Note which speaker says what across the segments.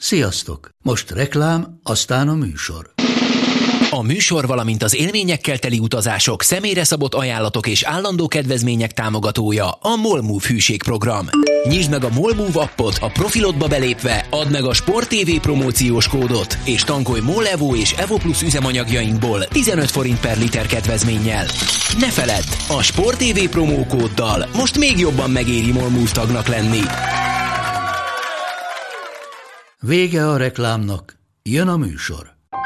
Speaker 1: Sziasztok! Most reklám, aztán a műsor.
Speaker 2: A műsor, valamint az élményekkel teli utazások, személyre szabott ajánlatok és állandó kedvezmények támogatója a MOL Move hűségprogram. Nyisd meg a MOL Move appot, a profilodba belépve, add meg a Sport TV promóciós kódot, és tankolj MOL Evo és Evo Plus üzemanyagjainkból 15 forint per liter kedvezménnyel. Ne feledd, a Sport TV promókóddal most még jobban megéri MOL Move tagnak lenni.
Speaker 1: Vége a reklámnak, jön a műsor.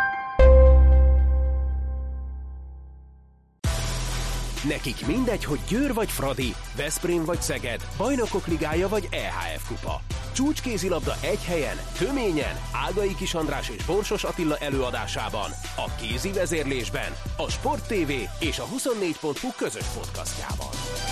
Speaker 3: Nekik mindegy, hogy Győr vagy Fradi, Veszprém vagy Szeged, Bajnokok Ligája vagy EHF Kupa. Csúcskézilabda egy helyen, töményen, Ágai Kis András és Borsos Attila előadásában, a kézi vezérlésben, a Sport TV és a 24.hu közös podcastjában.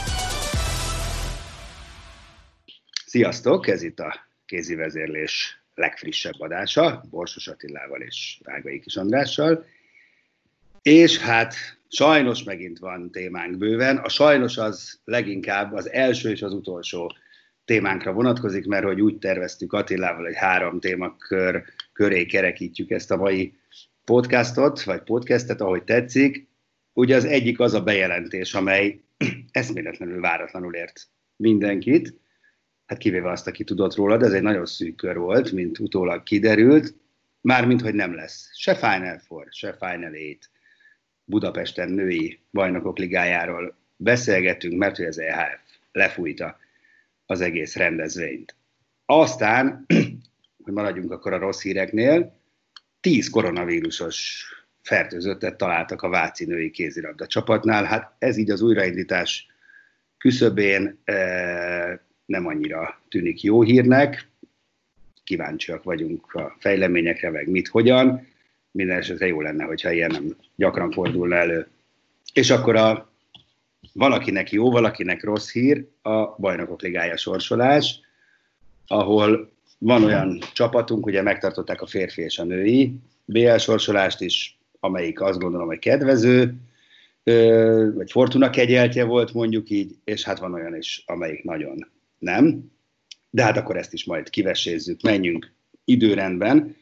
Speaker 4: Sziasztok, ez itt a kézi vezérlés legfrissebb adása, Borsos Attilával és Ágai Kis Andrással. És hát sajnos megint van témánk bőven. A sajnos az leginkább az első és az utolsó témánkra vonatkozik, mert hogy úgy terveztük Attilával, hogy 3 témakör köré kerekítjük ezt a mai podcastot, vagy podcastet, ahogy tetszik. Ugye az egyik az a bejelentés, amely eszméletlenül váratlanul ért mindenkit, hát kivéve azt, aki tudott róla, de ez egy nagyon szűk kör volt, mint utólag kiderült, mármint, hogy nem lesz se Final Four, se Final 8. Budapesten női bajnokok ligájáról beszélgetünk, mert hogy az EHF lefújta az egész rendezvényt. Aztán, hogy maradjunk akkor a rossz híreknél, 10 koronavírusos fertőzöttet találtak a váci női kézilabda csapatnál. Hát ez így az újraindítás küszöbén nem annyira tűnik jó hírnek. Kíváncsiak vagyunk a fejleményekre, meg mit, hogyan. Minden esetre jó lenne, hogyha ilyen nem gyakran fordulna elő. És akkor valakinek jó, valakinek rossz hír a Bajnokok Ligája sorsolás, ahol van olyan csapatunk, ugye megtartották a férfi és a női BL sorsolást is, amelyik azt gondolom, hogy kedvező, vagy fortuna kegyeltje volt mondjuk így, és hát van olyan is, amelyik nagyon nem. De hát akkor ezt is majd kivessézzük, menjünk időrendben.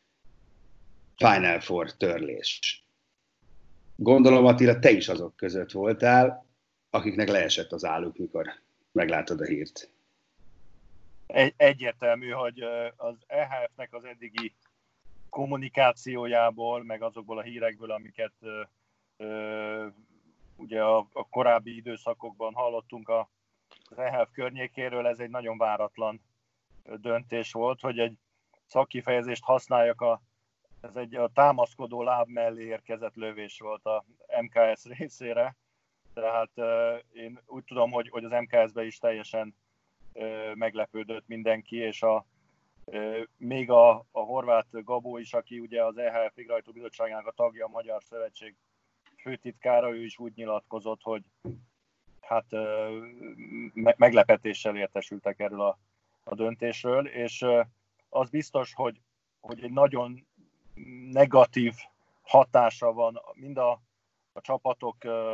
Speaker 4: Final Four törlés. Gondolom, Attila, te is azok között voltál, akiknek leesett az álluk, mikor meglátod a hírt.
Speaker 5: Egyértelmű, hogy az EHF-nek az eddigi kommunikációjából, meg azokból a hírekből, amiket ugye a korábbi időszakokban hallottunk az EHF környékéről, ez egy nagyon váratlan döntés volt, hogy egy szakkifejezést használjak, ez a támaszkodó láb mellé érkezett lövés volt a MKS részére. Tehát én úgy tudom, hogy az MKS-ben is teljesen meglepődött mindenki, és még a horvát Gabó is, aki ugye az EHF végrehajtó bizottságának a tagja, a Magyar Szövetség főtitkára, ő is úgy nyilatkozott, hogy hát meglepetéssel értesültek erről a döntésről, és az biztos, hogy egy nagyon negatív hatása van mind a csapatok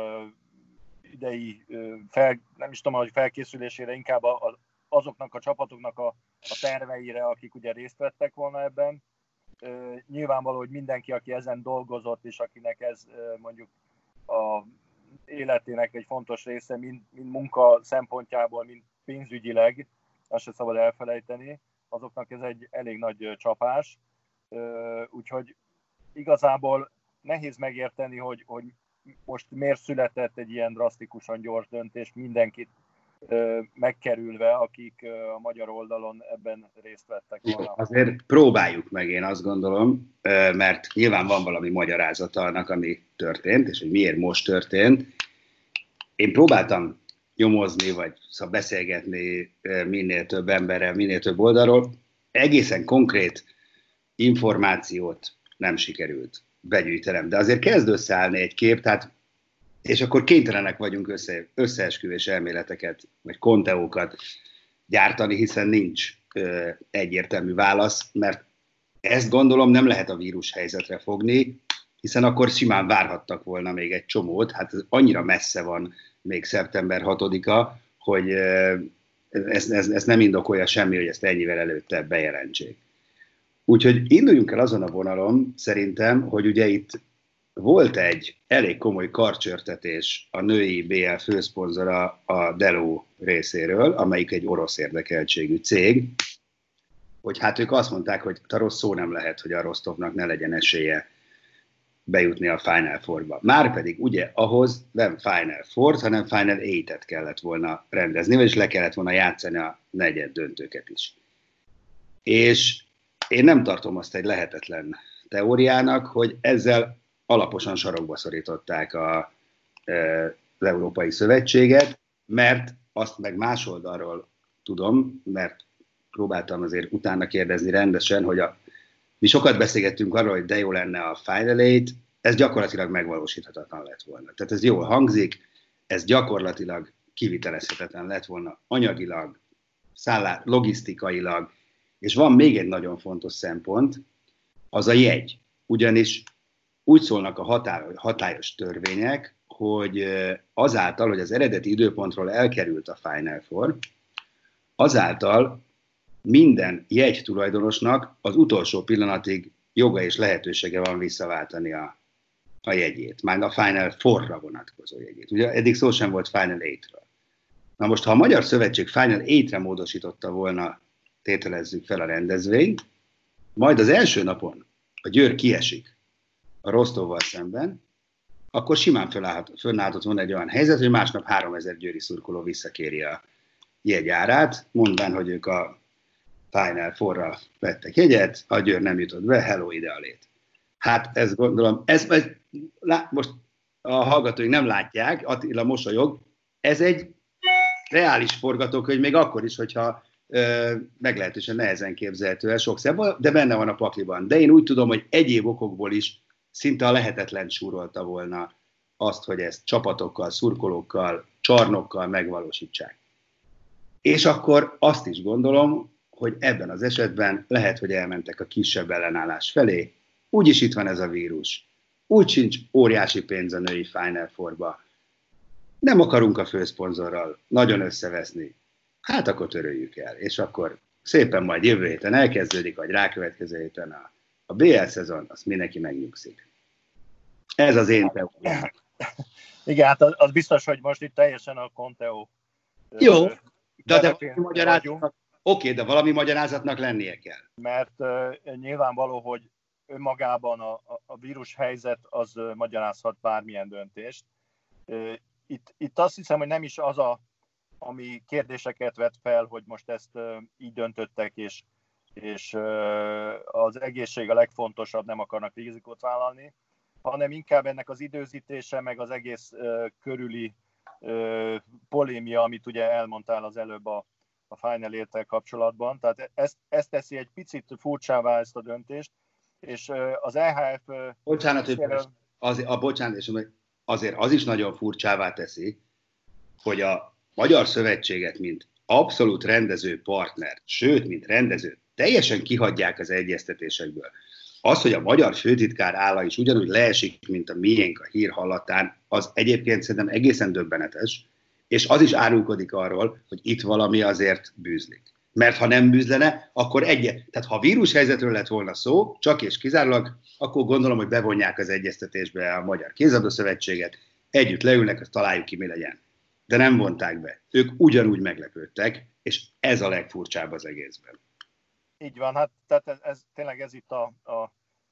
Speaker 5: idei, nem is tudom, hogy felkészülésére, inkább azoknak a csapatoknak a terveire, akik ugye részt vettek volna ebben. Nyilvánvaló, hogy mindenki, aki ezen dolgozott, és akinek ez mondjuk a életének egy fontos része, mind munka szempontjából, mind pénzügyileg, azt sem szabad elfelejteni, azoknak ez egy elég nagy csapás. Úgyhogy igazából nehéz megérteni, hogy most miért született egy ilyen drasztikusan gyors döntés, mindenkit megkerülve, akik a magyar oldalon ebben részt vettek volna.
Speaker 4: Azért próbáljuk meg, én azt gondolom, mert nyilván van valami magyarázata annak, ami történt, és hogy miért most történt. Én próbáltam nyomozni, vagy beszélgetni minél több emberrel, minél több oldalról. Egészen konkrét információt nem sikerült begyűjtenem, de azért kezd összeállni egy kép, tehát, és akkor kénytelenek vagyunk összeesküvés elméleteket, vagy konteókat gyártani, hiszen nincs egyértelmű válasz, mert ezt gondolom nem lehet a vírus helyzetre fogni, hiszen akkor simán várhattak volna még egy csomót, hát ez annyira messze van még szeptember 6-a, hogy ez nem indokolja semmi, hogy ezt ennyivel előtte bejelentsék. Úgyhogy induljunk el azon a vonalon, szerintem, hogy ugye itt volt egy elég komoly karcsörtetés a női BL főszponzora a Delo részéről, amelyik egy orosz érdekeltségű cég, hogy hát ők azt mondták, hogy a rossz szó nem lehet, hogy a Rostovnak ne legyen esélye bejutni a Final Four-ba. Márpedig ugye ahhoz nem Final Four, hanem Final 8-et kellett volna rendezni, vagyis le kellett volna játszani a negyed döntőket is. És én nem tartom azt egy lehetetlen teóriának, hogy ezzel alaposan sarokba szorították az Európai Szövetséget, mert azt meg más oldalról tudom, mert próbáltam azért utána kérdezni rendesen, hogy mi sokat beszélgettünk arról, hogy de jó lenne a Final Eight, ez gyakorlatilag megvalósíthatatlan lett volna. Tehát ez jól hangzik, ez gyakorlatilag kivitelezhetetlen lett volna anyagilag, logisztikailag, és van még egy nagyon fontos szempont, az a jegy. Ugyanis úgy szólnak a hatályos törvények, hogy azáltal, hogy az eredeti időpontról elkerült a Final Four, azáltal minden jegy tulajdonosnak az utolsó pillanatig joga és lehetősége van visszaváltani a jegyét, már a Final Four-ra vonatkozó jegyét. Ugye eddig szó sem volt Final 8-ről. Na most, ha a Magyar Szövetség Final 8-re módosította volna, tételezzük fel a rendezvényt, majd az első napon a Győr kiesik a Rostovval szemben, akkor simán fönnállhatott volna egy olyan helyzet, hogy másnap 3000 győri szurkoló visszakéri a jegyárát, mondván, hogy ők a Final Four-ra vettek jegyet, a Győr nem jutott be, hello, ide a lét. Hát ezt gondolom, most a hallgatóink nem látják, Attila mosolyog, ez egy reális forgatókönyv, még akkor is, hogyha meglehetősen nehezen képzelhető el sok szemben, de benne van a pakliban. De én úgy tudom, hogy egyéb okokból is szinte a lehetetlen súrolta volna azt, hogy ezt csapatokkal, szurkolókkal, csarnokkal megvalósítsák. És akkor azt is gondolom, hogy ebben az esetben lehet, hogy elmentek a kisebb ellenállás felé, úgyis itt van ez a vírus, úgy sincs óriási pénz a női Final Four-ba, nem akarunk a főszponzorral nagyon összeveszni, hát akkor töröljük el, és akkor szépen majd jövő héten elkezdődik, vagy rákövetkező héten a BL szezon, azt mindenki megnyugszik. Ez az én teóriám.
Speaker 5: Igen, hát az biztos, hogy most itt teljesen a Conteo.
Speaker 4: Jó, de valami magyarázatnak lennie kell.
Speaker 5: Mert nyilvánvaló, hogy önmagában a vírus helyzet az magyarázhat bármilyen döntést. Itt azt hiszem, hogy nem is az ami kérdéseket vet fel, hogy most ezt így döntöttek, és az egészség a legfontosabb, nem akarnak rizikót vállalni, hanem inkább ennek az időzítése, meg az egész körüli polémia, amit ugye elmondtál az előbb a Final Eight-tel kapcsolatban. Tehát ezt teszi egy picit furcsává ezt a döntést, és az EHF...
Speaker 4: Bocsánat, azért az is nagyon furcsává teszi, hogy a Magyar Szövetséget, mint abszolút rendező partner, sőt, mint rendező, teljesen kihagyják az egyeztetésekből. Az, hogy a magyar főtitkár álla is ugyanúgy leesik, mint a miénk a hír hallatán, az egyébként szerintem egészen döbbenetes, és az is árulkodik arról, hogy itt valami azért bűzlik. Mert ha nem bűzlene, akkor tehát ha vírushelyzetről lett volna szó, csak és kizárólag, akkor gondolom, hogy bevonják az egyeztetésbe a Magyar Kézilabda-szövetséget, együtt leülnek, azt találjuk ki, mi legyen. De nem vonták be. Ők ugyanúgy meglepődtek, és ez a legfurcsább az egészben.
Speaker 5: Így van, hát tehát tényleg ez itt a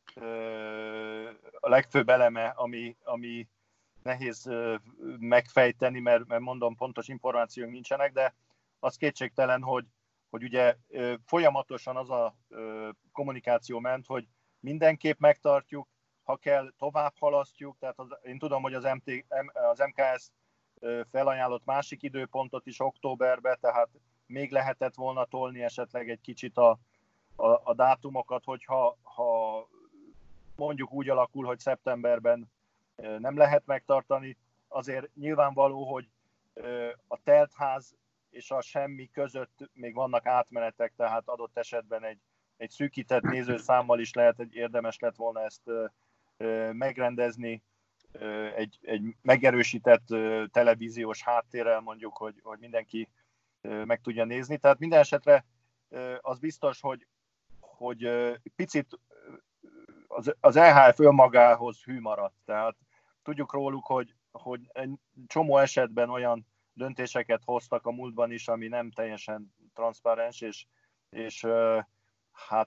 Speaker 5: legfőbb eleme, ami nehéz megfejteni, mert mondom, pontos információink nincsenek, de az kétségtelen, hogy ugye folyamatosan az a kommunikáció ment, hogy mindenképp megtartjuk, ha kell, tovább halasztjuk, tehát én tudom, hogy az MKS felajánlott másik időpontot is októberbe, tehát még lehetett volna tolni esetleg egy kicsit a dátumokat, hogyha mondjuk úgy alakul, hogy szeptemberben nem lehet megtartani. Azért nyilvánvaló, hogy a teltház és a semmi között még vannak átmenetek, tehát adott esetben egy szűkített nézőszámmal is érdemes lett volna ezt megrendezni, egy megerősített televíziós háttérrel mondjuk, hogy mindenki meg tudja nézni. Tehát minden esetre az biztos, hogy picit az EHF önmagához hű maradt. Tehát tudjuk róluk, hogy egy csomó esetben olyan döntéseket hoztak a múltban is, ami nem teljesen transzparens, és hát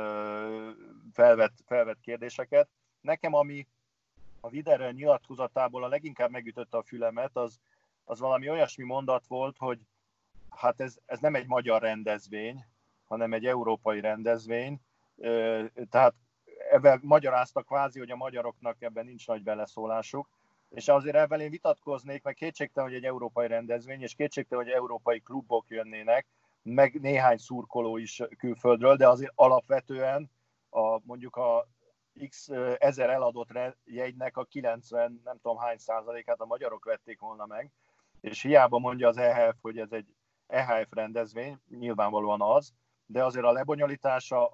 Speaker 5: felvett kérdéseket. Nekem, ami a Widerer nyilatkozatából a leginkább megütötte a fülemet, az valami olyasmi mondat volt, hogy hát ez nem egy magyar rendezvény, hanem egy európai rendezvény. Tehát ebben magyarázta kvázi, hogy a magyaroknak ebben nincs nagy beleszólásuk. És azért ebben én vitatkoznék, meg kétségtelen, hogy egy európai rendezvény, és kétségtelen, hogy európai klubok jönnének, meg néhány szurkoló is külföldről, de azért alapvetően mondjuk a x ezer eladott jegynek a 90 nem tudom hány százalékát a magyarok vették volna meg, és hiába mondja az EHF, hogy ez egy EHF rendezvény, nyilvánvalóan az, de azért a lebonyolítása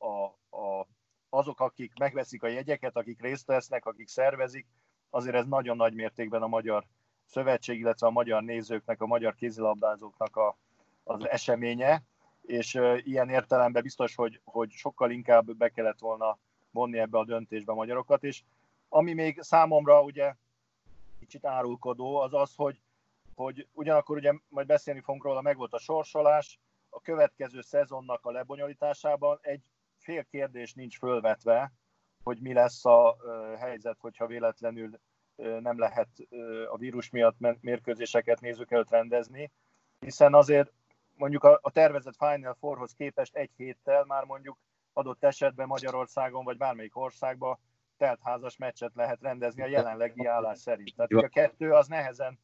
Speaker 5: azok, akik megveszik a jegyeket, akik részt vesznek, akik szervezik, azért ez nagyon nagy mértékben a Magyar Szövetség, illetve a magyar nézőknek, a magyar kézilabdázóknak az eseménye, és ilyen értelemben biztos, hogy sokkal inkább be kellett volna vonni ebbe a döntésbe a magyarokat, és ami még számomra ugye kicsit árulkodó, az az, hogy ugyanakkor ugye majd beszélni fogunk róla, meg volt a sorsolás, a következő szezonnak a lebonyolításában egy fél kérdés nincs fölvetve, hogy mi lesz a helyzet, hogyha véletlenül nem lehet a vírus miatt mérkőzéseket nézők előtt rendezni, hiszen azért mondjuk a tervezett Final Fourhoz képest egy héttel már mondjuk adott esetben Magyarországon vagy bármelyik országban teltházas meccset lehet rendezni a jelenlegi állás szerint. Tehát a kettő az nehezen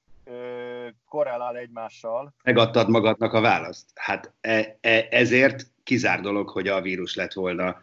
Speaker 5: korrelál egymással.
Speaker 4: Megadtad magadnak a választ. Hát ezért kizár dolog, hogy a vírus lett volna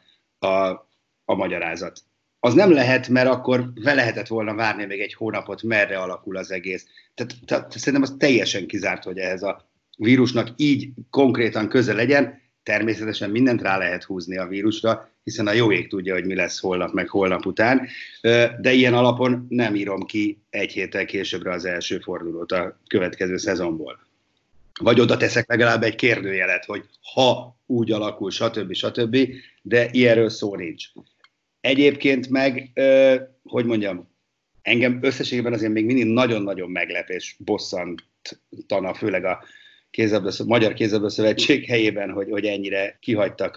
Speaker 4: a magyarázat. Az nem lehet, mert akkor lehetett volna várni még egy hónapot, merre alakul az egész. Tehát szerintem az teljesen kizárt, hogy ehhez a vírusnak így konkrétan köze legyen. Természetesen mindent rá lehet húzni a vírusra, hiszen a jó ég tudja, hogy mi lesz holnap, meg holnap után, de ilyen alapon nem írom ki egy héttel későbbre az első fordulót a következő szezonból. Vagy oda teszek legalább egy kérdőjelet, hogy ha úgy alakul, stb., de ilyenről szó nincs. Egyébként meg, hogy mondjam, engem összességében azért még mindig nagyon-nagyon meglep és bosszantana, főleg a Magyar Kézilabda Szövetség helyében, hogy ennyire kihagytak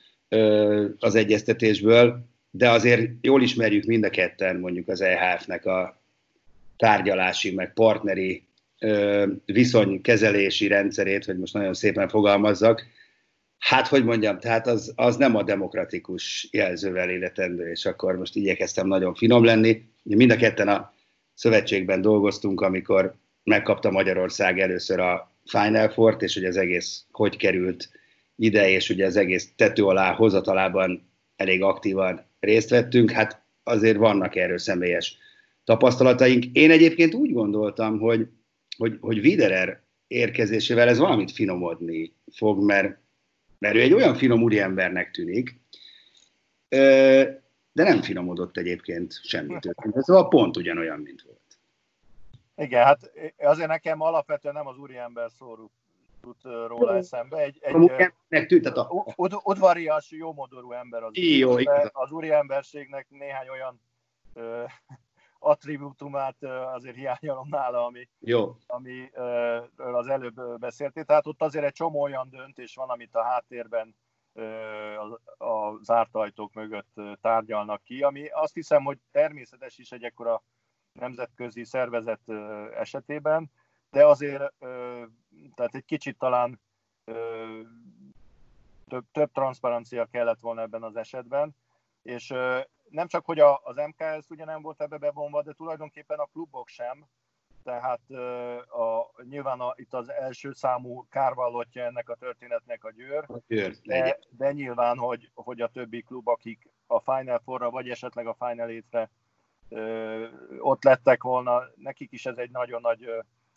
Speaker 4: az egyeztetésből, de azért jól ismerjük mind a ketten mondjuk az EHF-nek a tárgyalási, meg partneri viszonykezelési rendszerét, hogy most nagyon szépen fogalmazzak. Hát, hogy mondjam, tehát az nem a demokratikus jelzővel illetendő, és akkor most igyekeztem nagyon finom lenni. Mind a ketten a szövetségben dolgoztunk, amikor megkapta Magyarország először a Final Fourt, és hogy az egész hogy került ide, és ugye az egész tető alá hozatalában elég aktívan részt vettünk. Hát azért vannak erről személyes tapasztalataink. Én egyébként úgy gondoltam, hogy Widerer érkezésével ez valamit finomodni fog, mert ő egy olyan finom úriembernek tűnik, de nem finomodott egyébként semmit. Szóval pont ugyanolyan, mint volt.
Speaker 5: Igen, hát azért nekem alapvetően nem az úriember szó jut róla eszembe. Udvarias, jómodorú ember az. Az úriemberségnek néhány olyan attribútumát azért hiányolom nála, amiről az előbb beszéltél. Tehát ott azért egy csomó olyan döntés van, amit a háttérben a zárt ajtók mögött tárgyalnak ki, ami azt hiszem, hogy természetes is egy ekkora nemzetközi szervezet esetében, de azért tehát egy kicsit talán több transzparencia kellett volna ebben az esetben, és nem csak, hogy az MKS ugye nem volt ebbe bevonva, de tulajdonképpen a klubok sem, tehát nyilván itt az első számú kárvallottja ennek a történetnek a Győr, de nyilván, hogy a többi klub, akik a Final Fourra, vagy esetleg a Final 8-re ott lettek volna, nekik is ez egy nagyon nagy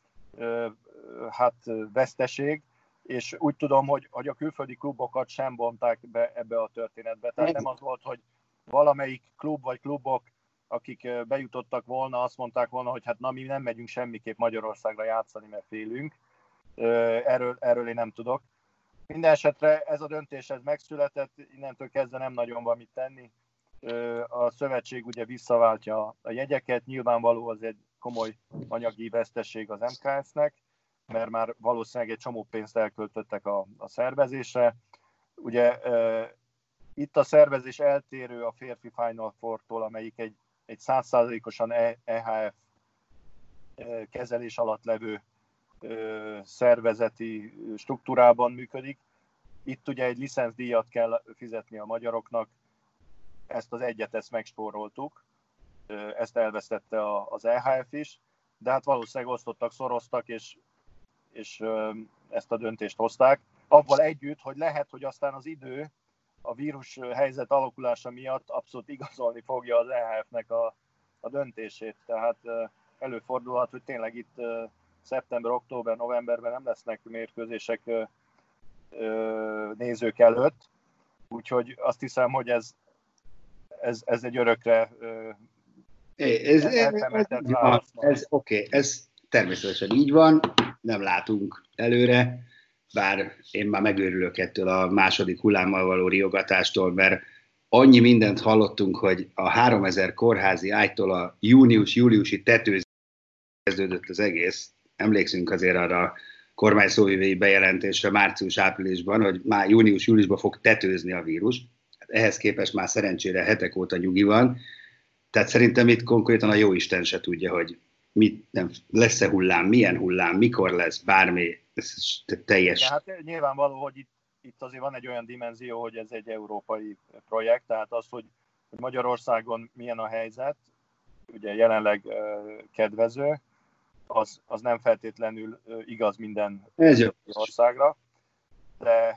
Speaker 5: veszteség, és úgy tudom, hogy a külföldi klubokat sem vonták be ebbe a történetbe. Tehát nem az volt, hogy valamelyik klub vagy klubok, akik bejutottak volna, azt mondták volna, hogy hát mi nem megyünk semmiképp Magyarországra játszani, mert félünk. Erről én nem tudok. Minden esetre ez a döntés ez megszületett, innentől kezdve nem nagyon van mit tenni. A szövetség ugye visszaváltja a jegyeket, nyilvánvaló az egy komoly anyagi veszteség az MKS-nek, mert már valószínűleg egy csomó pénzt elköltöttek a szervezésre. Ugye itt a szervezés eltérő a férfi Final Four-tól, amelyik egy 100%-osan EHF kezelés alatt levő szervezeti struktúrában működik. Itt ugye egy licencdíjat kell fizetni a magyaroknak, ezt az ezt megspóroltuk, ezt elvesztette az EHF is, de hát valószínűleg osztottak, szoroztak, és ezt a döntést hozták. Avval együtt, hogy lehet, hogy aztán az idő a vírus helyzet alakulása miatt abszolút igazolni fogja az EHF-nek a döntését. Tehát előfordulhat, hogy tényleg itt szeptember, október, novemberben nem lesznek mérkőzések nézők előtt, úgyhogy azt hiszem, hogy ez egy örökre eltemetett válasz.
Speaker 4: Ez természetesen így van, nem látunk előre, bár én már megőrülök ettől a második hullámmal való riogatástól, mert annyi mindent hallottunk, hogy a 3000 kórházi ágytól a június-júliusi tetőzés kezdődött az egész. Emlékszünk azért arra a kormány szóvivői bejelentésre március-áprilisban, hogy már június-júliusban fog tetőzni a vírus. Hát ehhez képest már szerencsére hetek óta nyugi van. Tehát szerintem itt konkrétan a jóisten se tudja, hogy lesz-e hullám, milyen hullám, mikor lesz, bármi, ez teljes.
Speaker 5: Ja, hát nyilvánvaló, hogy itt azért van egy olyan dimenzió, hogy ez egy európai projekt, tehát az, hogy Magyarországon milyen a helyzet, ugye jelenleg kedvező, az nem feltétlenül igaz minden országra, de...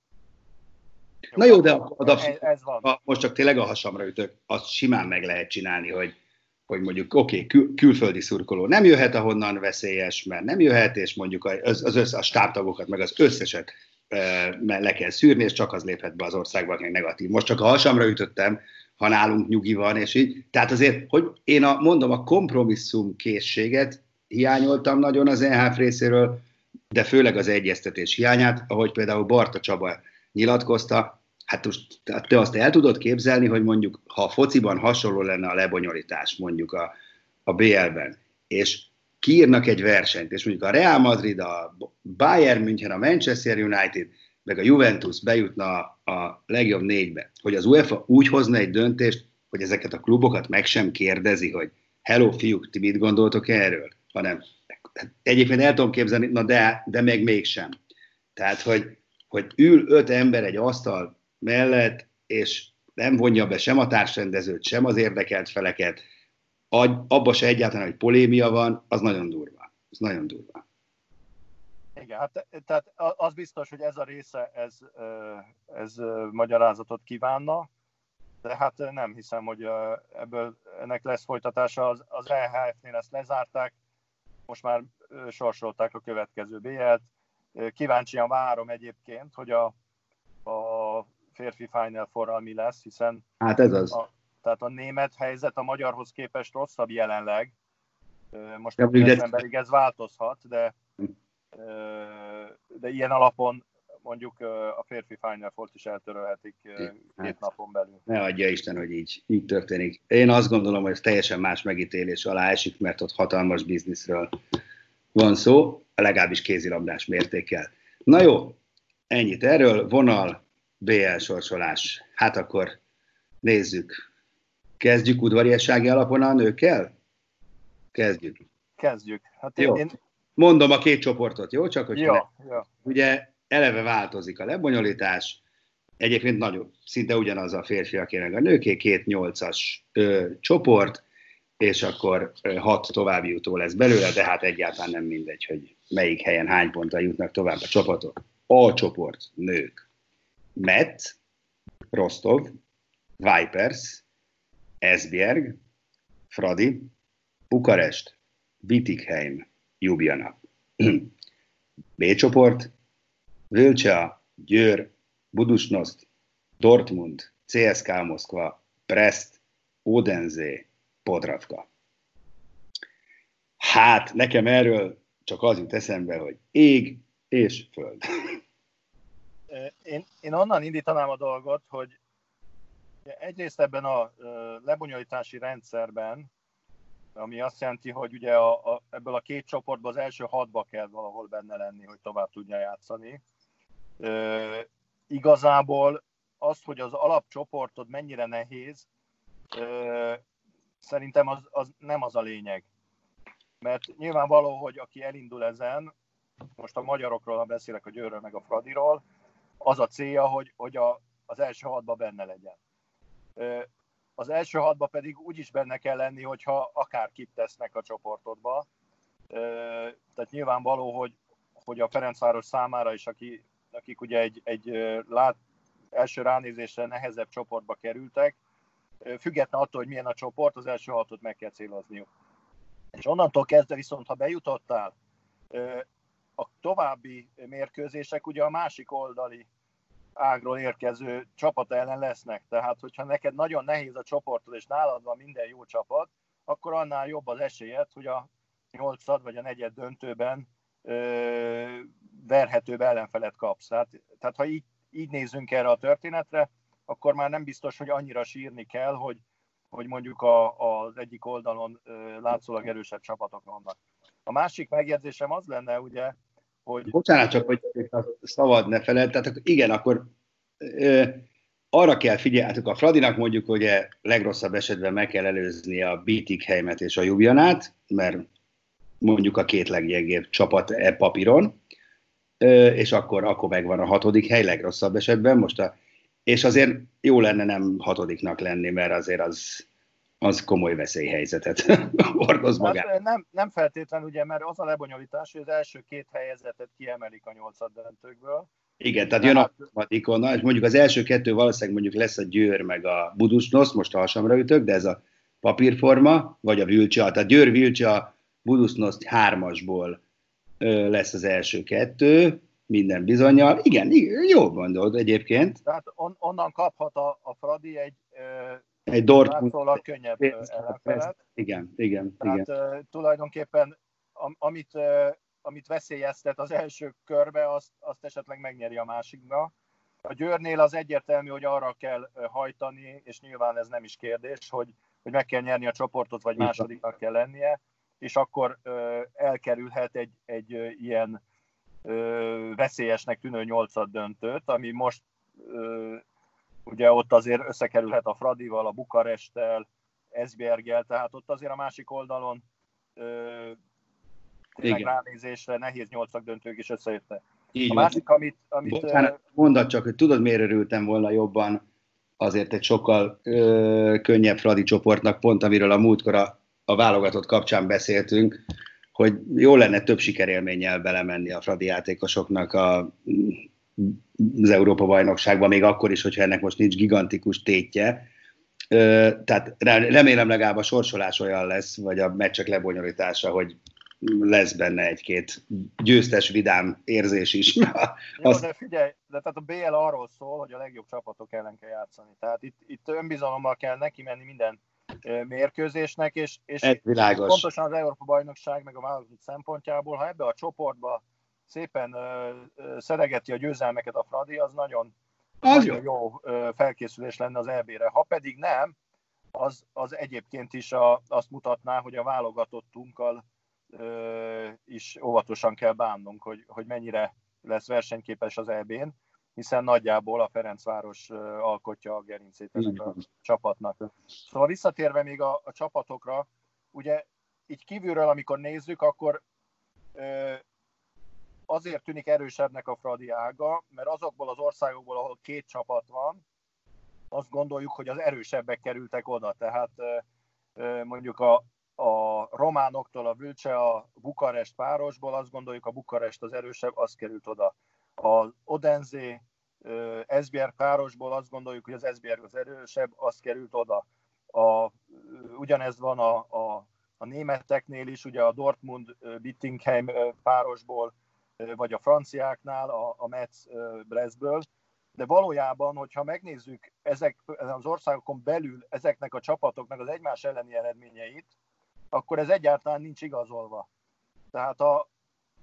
Speaker 4: Na jó, de ez van. Most csak tényleg a hasamra ütök, azt simán meg lehet csinálni, hogy mondjuk külföldi szurkoló nem jöhet, ahonnan veszélyes, mert nem jöhet, és mondjuk a stábtagokat, meg az összeset le kell szűrni, és csak az léphet be az országba, akinek negatív. Most csak a hasamra ütöttem, ha nálunk nyugi van, és így. Tehát azért, hogy én mondom, a kompromisszum készséget hiányoltam nagyon az EHF részéről, de főleg az egyeztetés hiányát, ahogy például Barta Csaba nyilatkozta, hát most te azt el tudod képzelni, hogy mondjuk, ha a fociban hasonló lenne a lebonyolítás mondjuk a BL-ben, és kiírnak egy versenyt, és mondjuk a Real Madrid, a Bayern München, a Manchester United, meg a Juventus bejutna a legjobb négybe, hogy az UEFA úgy hozna egy döntést, hogy ezeket a klubokat meg sem kérdezi, hogy hello fiúk, ti mit gondoltok erről? Hanem egyébként el tudom képzelni, na de meg mégsem. Tehát, hogy ül 5 ember egy asztal mellett, és nem vonja be sem a társrendezőt, sem az érdekelt feleket, abba se egyáltalán, hogy polémia van, az nagyon durva. Ez nagyon durva.
Speaker 5: Igen, hát, tehát az biztos, hogy ez a része, ez magyarázatot kívánna, de hát nem hiszem, hogy ennek lesz folytatása. Az EHF-nél ezt lezárták, most már sorsolták a következő BL-t. Kíváncsian várom egyébként, hogy a férfi Final Four-ral mi lesz, hiszen
Speaker 4: hát ez az.
Speaker 5: Tehát a német helyzet a magyarhoz képest rosszabb jelenleg. Most decemberig ez változhat, de ilyen alapon mondjuk a férfi Final Four-t is eltörölhetik 2 napon belül.
Speaker 4: Ne adja Isten, hogy így történik. Én azt gondolom, hogy ez teljesen más megítélés alá esik, mert ott hatalmas bizniszről van szó, legalábbis kézilabdás mértékkel. Na jó, ennyit erről. Vonal, BL sorsolás. Hát akkor nézzük. Kezdjük udvariassági alapon a nőkkel? Kezdjük.
Speaker 5: Hát
Speaker 4: jó. Mondom a 2 csoportot, jó? Csak hogy
Speaker 5: jó.
Speaker 4: Ugye eleve változik a lebonyolítás. Egyébként nagyon, szinte ugyanaz a férfiakének a nőké, 2 8-as csoport, és akkor 6 további jutó lesz belőle, de hát egyáltalán nem mindegy, hogy melyik helyen hány ponttal jutnak tovább a csapatok. A csoport nők. Met, Rostov, Vipers, Esbjerg, Fradi, Bukarest, Vitikheim, Ljubljana. B csoport, Vlča, Győr, Budućnost, Dortmund, CSKA Moszkva, Brest, Odense, Podravka. Hát, nekem erről csak az jut eszembe, hogy ég és föld.
Speaker 5: Én onnan indítanám a dolgot, hogy egyrészt ebben a lebonyolítási rendszerben, ami azt jelenti, hogy ugye ebből a két csoportból az első 6-ba kell valahol benne lenni, hogy tovább tudja játszani. Igazából az, hogy az alapcsoportod mennyire nehéz, szerintem az nem az a lényeg. Mert nyilvánvaló, hogy aki elindul ezen, most a magyarokról, ha beszélek, a Győrről meg a Fradiról, az a célja, hogy az első 6-ba benne legyen. Az első 6-ba pedig úgyis benne kell lenni, hogyha akár kit tesznek a csoportodba. Tehát nyilvánvaló, hogy a Ferencváros számára is, akik ugye egy első ránézésre nehezebb csoportba kerültek, független attól, hogy milyen a csoport, az első 6-ot meg kell célozniuk. És onnantól kezdve viszont, ha bejutottál, a további mérkőzések ugye a másik oldali ágról érkező csapat ellen lesznek. Tehát, hogyha neked nagyon nehéz a csoportod, és nálad van minden jó csapat, akkor annál jobb az esélyed, hogy a 8. vagy a 4. döntőben verhetőbb ellenfelet kapsz. Tehát ha így nézzünk erre a történetre, akkor már nem biztos, hogy annyira sírni kell, hogy mondjuk az egyik oldalon látszólag erősebb csapatok vannak. A másik megjegyzésem az lenne, ugye, hogy...
Speaker 4: Bocsánat, csak hogy szabad ne feled, tehát igen, akkor arra kell figyelnünk a Fradinak, mondjuk, hogy legrosszabb esetben meg kell előzni a Bietigheim-et és a Ljubljanát, mert mondjuk a két leggyengébb csapat papíron, és akkor megvan a 6. hely legrosszabb esetben. És azért jó lenne nem 6-nak lenni, mert azért az komoly veszélyhelyzetet hordoz magát.
Speaker 5: Hát nem feltétlenül, ugye, mert az a lebonyolítás, hogy az első 2 helyezettet kiemelik a 8. döntőkből.
Speaker 4: Igen, tehát jön a harmadikon, és mondjuk az első 2 valószínűleg mondjuk lesz a Győr meg a Budućnost, most a hasamra ütök, de ez a papírforma, vagy a Vilcsa, tehát Győr, Vilcsa, Budućnost 3-asból lesz az első 2, minden bizonnyal. Igen, jó gondolod egyébként.
Speaker 5: Tehát onnan kaphat a Fradi
Speaker 4: egy Dortmund
Speaker 5: könnyebb ellenfelet.
Speaker 4: Igen.
Speaker 5: Tehát tulajdonképpen amit veszélyeztet az első körbe, azt esetleg megnyeri a másikba. A Győrnél az egyértelmű, hogy arra kell hajtani, és nyilván ez nem is kérdés, hogy meg kell nyerni a csoportot, vagy másodiknak kell lennie, és akkor elkerülhet egy ilyen veszélyesnek tűnő 8. döntőt, ami most ugye ott azért összekerülhet a Fradival, a Bukaresttel, Esbjerggel, tehát ott azért a másik oldalon ránézésre nehéz 8. döntők is összejöttek. A másik, amit...
Speaker 4: Bocsánat, mondd csak, hogy tudod, miért örültem volna jobban azért egy sokkal könnyebb Fradi csoportnak, pont amiről a múltkor a válogatott kapcsán beszéltünk, hogy jó lenne több sikerélménnyel belemenni a Fradi játékosoknak az Európa-bajnokságba, még akkor is, hogyha ennek most nincs gigantikus tétje. Tehát remélem legalább a sorsolás olyan lesz, vagy a meccsek lebonyolítása, hogy lesz benne egy-két győztes, vidám érzés is.
Speaker 5: Jó, de figyelj, tehát a BL arról szól, hogy a legjobb csapatok ellen kell játszani. Tehát itt önbizalommal kell neki menni minden mérkőzésnek, és pontosan az Európa-bajnokság meg a válogatott szempontjából, ha ebbe a csoportba szépen szeregeti a győzelmeket a Fradi, az nagyon jó felkészülés lenne az EB-re. Ha pedig nem, az egyébként is azt mutatná, hogy a válogatottunkkal is óvatosan kell bánnunk, hogy mennyire lesz versenyképes az EB-n, hiszen nagyjából a Ferencváros alkotja a gerincét ennek a csapatnak. Szóval visszatérve még a csapatokra, ugye így kívülről, amikor nézzük, akkor azért tűnik erősebbnek a Fradi ága, mert azokból az országokból, ahol 2 csapat van, azt gondoljuk, hogy az erősebbek kerültek oda. Tehát mondjuk a románoktól a Vilcsa, a Bukarest párosból, azt gondoljuk, a Bukarest az erősebb, az került oda. Az Odense, Esbjerg párosból azt gondoljuk, hogy az Esbjerg az erősebb, az került oda. Ugyanez van a németeknél is, ugye a Dortmund Bietigheim párosból, vagy a franciáknál, a Metz Brestből. De valójában, hogyha megnézzük ezek az országokon belül ezeknek a csapatoknak az egymás elleni eredményeit, akkor ez egyáltalán nincs igazolva. Tehát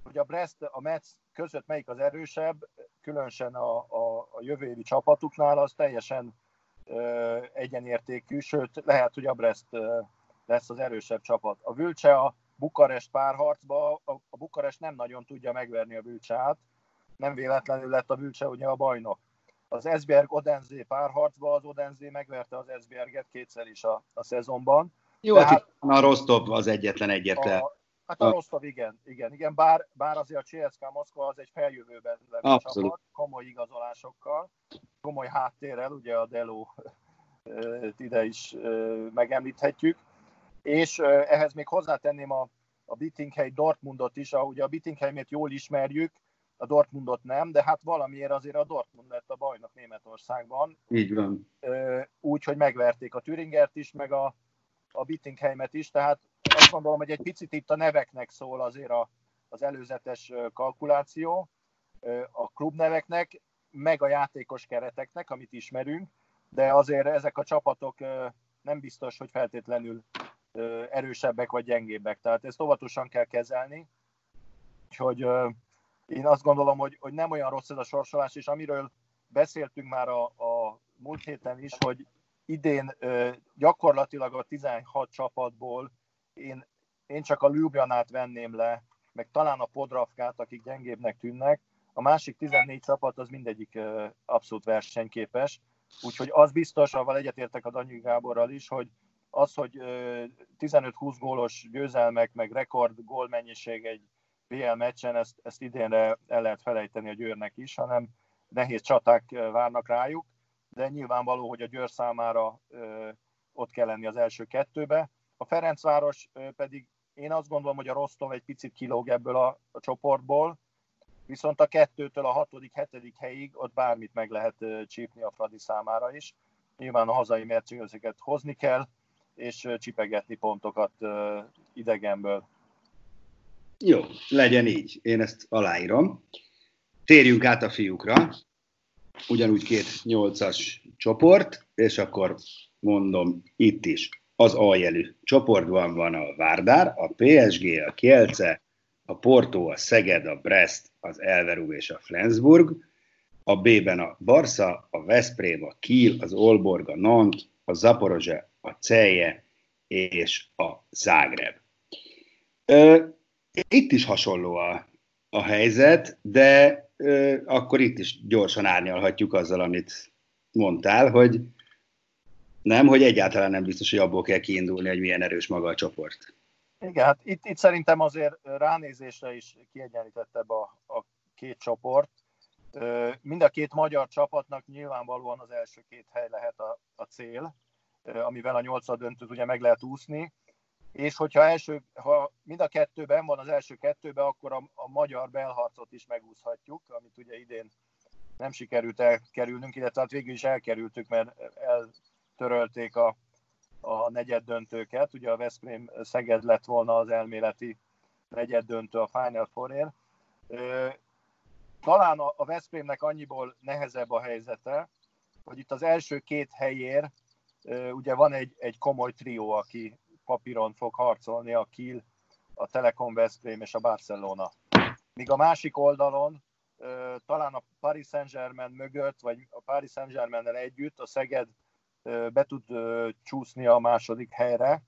Speaker 5: hogy a Brest, a Metz között melyik az erősebb, különösen a jövő évi csapatuknál, az teljesen egyenértékű, sőt lehet, hogy a Brest lesz az erősebb csapat. A Vülcse a Bukarest párharcba, a Bukarest nem nagyon tudja megverni a Vülcsát, nem véletlenül lett a Vülcse ugye a bajnok. Az Esbjerg-Odenzé párharcba az Odenzé megverte az Esbjerget kétszer is a szezonban.
Speaker 4: Jó, a Rostov az egyetlen egyértelmű.
Speaker 5: Hát a Rostov igen, bár azért a CSKA Moszkva az egy feljövőben levő csapat, komoly igazolásokkal, komoly háttérrel, ugye a Delo ide is megemlíthetjük, és ehhez még hozzátenném a Bietigheim Dortmundot is, ugye a Bietigheimét jól ismerjük, a Dortmundot nem, de hát valamiért azért a Dortmund lett a bajnok Németországban.
Speaker 4: Így van.
Speaker 5: Úgy, hogy megverték a Thüringert is, meg a Bietigheimet is, tehát azt gondolom, hogy egy picit itt a neveknek szól azért az előzetes kalkuláció, a klubneveknek, meg a játékos kereteknek, amit ismerünk, de azért ezek a csapatok nem biztos, hogy feltétlenül erősebbek vagy gyengébbek, tehát ezt óvatosan kell kezelni, úgyhogy én azt gondolom, hogy nem olyan rossz ez a sorsolás, és amiről beszéltünk már a múlt héten is, hogy idén gyakorlatilag a 16 csapatból én csak a Ljubljanát venném le, meg talán a Podravkát, akik gyengébbnek tűnnek. A másik 14 csapat az mindegyik abszolút versenyképes. Úgyhogy az biztos, avval egyetértek a Danyi Gáborral is, hogy 15-20 gólos győzelmek, meg rekord gólmennyiség egy BL meccsen, ezt idénre el lehet felejteni a Győrnek is, hanem nehéz csaták várnak rájuk, de nyilvánvaló, hogy a Győr számára ott kell lenni az első kettőbe. A Ferencváros pedig én azt gondolom, hogy a Rostov egy picit kilóg ebből a csoportból, viszont a 2-től a 6.-7. helyig ott bármit meg lehet csípni a Fradi számára is. Nyilván a hazai mércézőket hozni kell, és csipegetni pontokat idegenből.
Speaker 4: Jó, legyen így. Én ezt aláírom. Térjünk át a fiúkra. Ugyanúgy 2 8-as csoport, és akkor mondom itt is. Az A-jelű csoportban van a Vardar, a PSG, a Kielce, a Porto, a Szeged, a Brest, az Elverum és a Flensburg. A B-ben a Barca, a Veszprém, a Kiel, az Aalborg, a Nantes, a Zaporozse, a Celje és a Zágráb. Itt is hasonló a helyzet, de akkor itt is gyorsan árnyalhatjuk azzal, amit mondtál, hogy egyáltalán nem biztos, hogy abból kell kiindulni, hogy milyen erős maga a csoport.
Speaker 5: Igen, hát itt szerintem azért ránézésre is kiegyenlítettebb a két csoport. Mind a két magyar csapatnak nyilvánvalóan az első 2 hely lehet a cél, amivel a 8. döntőt ugye meg lehet úszni, és ha mind a kettőben van az első 2-ben, akkor a magyar belharcot is megúszhatjuk, amit ugye idén nem sikerült elkerülnünk, illetve hát végül is elkerültük, mert eltörölték a negyeddöntőket. Ugye a Veszprém Szeged lett volna az elméleti negyeddöntő a Final Fourért. Talán a Veszprémnek annyiból nehezebb a helyzete, hogy itt az első 2 helyért ugye van egy komoly trió, aki papíron fog harcolni, a Kiel, a Telekom Veszprém és a Barcelona. Míg a másik oldalon talán a Paris Saint-Germain mögött, vagy a Paris Saint-Germain-nel együtt a Szeged be tud csúszni a második helyre.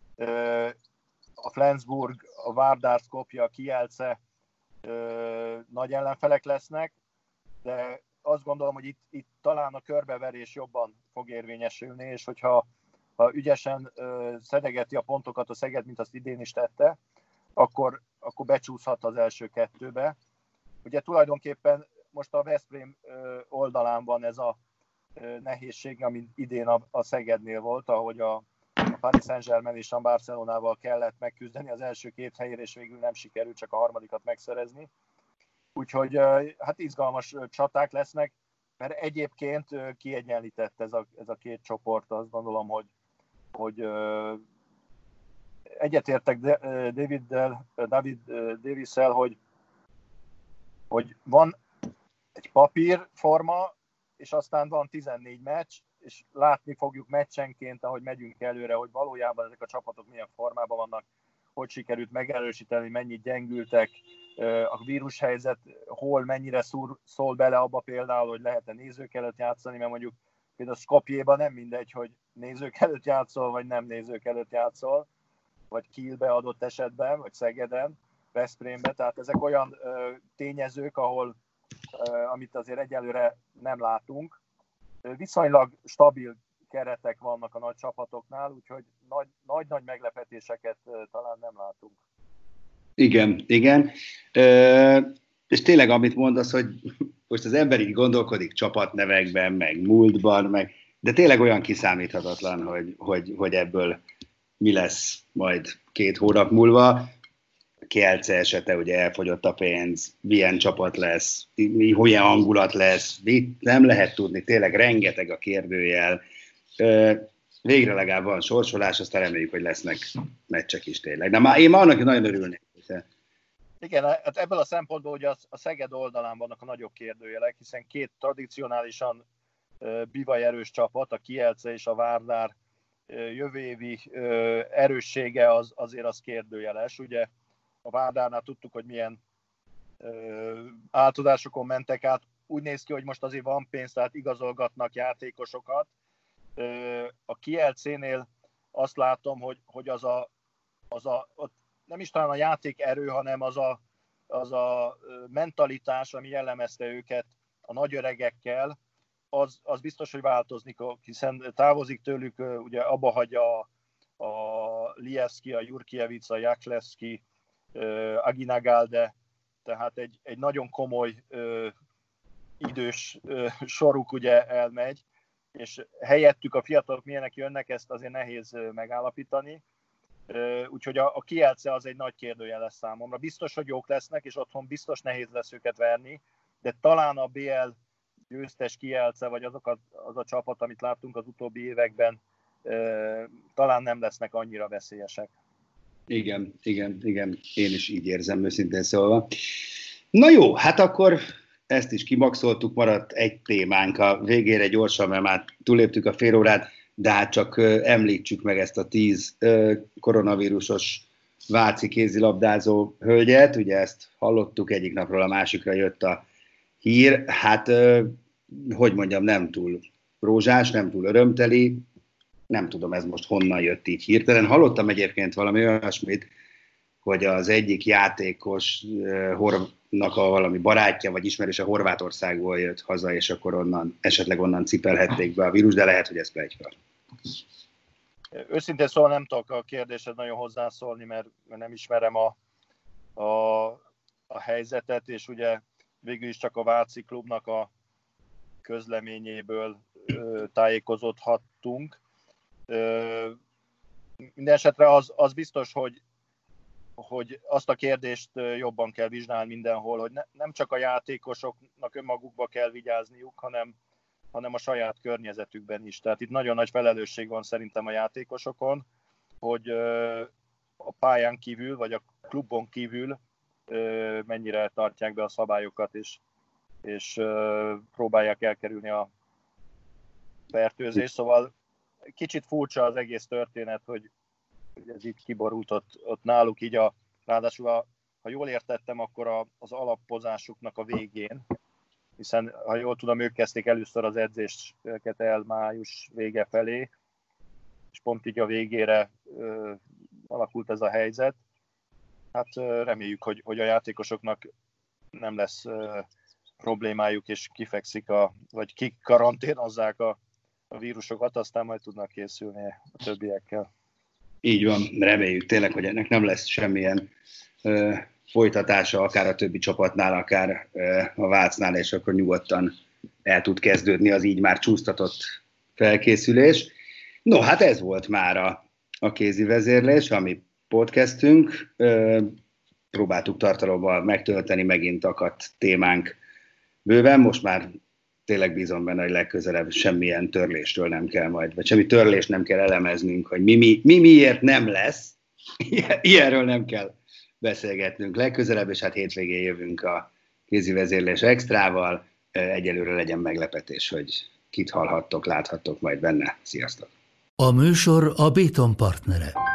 Speaker 5: A Flensburg, a Vardar, Skopje, a Kielce nagy ellenfelek lesznek, de azt gondolom, hogy itt talán a körbeverés jobban fog érvényesülni, és hogyha ügyesen szedegeti a pontokat a Szeged, mint azt idén is tette, akkor becsúszhat az első 2-be. Ugye tulajdonképpen most a Veszprém oldalán van ez a nehézség, ami idén a Szegednél volt, ahogy a Paris Saint-Germain és a Barcelonával kellett megküzdeni az első 2 helyért, és végül nem sikerült csak a harmadikat megszerezni. Úgyhogy hát izgalmas csaták lesznek, mert egyébként kiegyenlített ez a 2 csoport, azt gondolom, hogy egyetértek David Davis-szel, hogy van egy papírforma, és aztán van 14 meccs, és látni fogjuk meccsenként, ahogy megyünk előre, hogy valójában ezek a csapatok milyen formában vannak, hogy sikerült megerősíteni, mennyit gyengültek, a vírushelyzet hol mennyire szól bele abba például, hogy lehet-e nézők előtt játszani, mert mondjuk például Skopjéban nem mindegy, hogy nézők előtt játszol, vagy nem nézők előtt játszol, vagy Kielbe adott esetben, vagy Szegeden, Veszprémbe, tehát ezek olyan tényezők, amit azért egyelőre nem látunk. Viszonylag stabil keretek vannak a nagy csapatoknál, úgyhogy nagy-nagy meglepetéseket talán nem látunk.
Speaker 4: Igen. És tényleg, amit mondasz, hogy most az ember így gondolkodik csapatnevekben, meg múltban, de tényleg olyan kiszámíthatatlan, hogy ebből mi lesz majd 2 hónap múlva. Kielce esete, ugye elfogyott a pénz, milyen csapat lesz, milyen hangulat lesz, nem lehet tudni, tényleg rengeteg a kérdőjel. Végre legalább van sorsolás, aztán reméljük, hogy lesznek meccsek is tényleg. De én már annak nagyon örülnék.
Speaker 5: Igen, hát ebből a szempontból ugye a Szeged oldalán vannak a nagyobb kérdőjelek, hiszen 2 tradicionálisan bivaj erős csapat, a Kielce és a Vardar jövő évi erőssége azért az kérdőjeles. Ugye a Vardárnál tudtuk, hogy milyen átadásokon mentek át. Úgy néz ki, hogy most azért van pénz, tehát igazolgatnak játékosokat. A Kielcénél azt látom, hogy az a nem is talán a játék erő, hanem az a mentalitás, ami jellemezte őket a nagyöregekkel, az biztos, hogy változni fog, hiszen távozik tőlük, ugye abba hagyja a Lievski, a Jurkiewicz, a Jaklevski, Aginagalde, tehát egy nagyon komoly idős soruk ugye elmegy, és helyettük a fiatalok milyenek jönnek, ezt azért nehéz megállapítani. Úgyhogy a Kielce az egy nagy kérdőjel lesz számomra. Biztos, hogy jók lesznek, és otthon biztos nehéz lesz őket verni, de talán a BL győztes Kielce, vagy az a csapat, amit láttunk az utóbbi években, talán nem lesznek annyira veszélyesek. Igen.
Speaker 4: Én is így érzem, őszintén szólva. Na jó, hát akkor ezt is kimaxoltuk, maradt egy témánk a végére gyorsan, mert már túléptük a fél órát, de hát csak említsük meg ezt a 10 koronavírusos váci kézilabdázó hölgyet, ugye ezt hallottuk, egyik napról a másikra jött a hír, hát hogy mondjam, nem túl rózsás, nem túl örömteli, nem tudom, ez most honnan jött így hirtelen. Hallottam egyébként valami olyasmit, hogy az egyik játékosnak a valami barátja vagy ismerőse Horvátországból jött haza, és akkor esetleg onnan cipelhették be a vírus, de lehet, hogy ez pletyka.
Speaker 5: Őszintén szóval nem tudok a kérdésed nagyon hozzászólni, mert nem ismerem a helyzetet, és ugye végül is csak a Váci klubnak a közleményéből tájékozódhattunk. Minden esetre az biztos, hogy azt a kérdést jobban kell vizsgálni mindenhol, hogy nem csak a játékosoknak önmagukba kell vigyázniuk, hanem a saját környezetükben is. Tehát itt nagyon nagy felelősség van szerintem a játékosokon, hogy a pályán kívül, vagy a klubon kívül mennyire tartják be a szabályokat, és próbálják elkerülni a fertőzést. Szóval kicsit furcsa az egész történet, hogy ez így kiborult ott náluk, így ráadásul ha jól értettem, akkor az alapozásuknak a végén, hiszen ha jól tudom, ők kezdték először az edzéseket el május vége felé, és pont így a végére alakult ez a helyzet. Hát reméljük, hogy a játékosoknak nem lesz problémájuk, és kifekszik vagy kikaranténozzák a vírusokat, aztán majd tudnak készülni a többiekkel.
Speaker 4: Így van, reméljük tényleg, hogy ennek nem lesz semmilyen folytatása, akár a többi csapatnál, akár a Vácnál, és akkor nyugodtan el tud kezdődni az így már csúsztatott felkészülés. No, hát ez volt már a kézi vezérlés, ami podcastünk. Próbáltuk tartalommal megtölteni, megint akadt témánk bőven, most már tényleg bízom benne, hogy legközelebb semmilyen törlésről nem kell majd, vagy semmi törlést nem kell elemeznünk, hogy mi miért nem lesz. Ilyenről nem kell beszélgetnünk legközelebb, és hát hétvégén jövünk a kézi vezérlés extrával. Egyelőre legyen meglepetés, hogy kit hallhattok, láthattok majd benne. Sziasztok!
Speaker 1: A műsor a Béton partnere.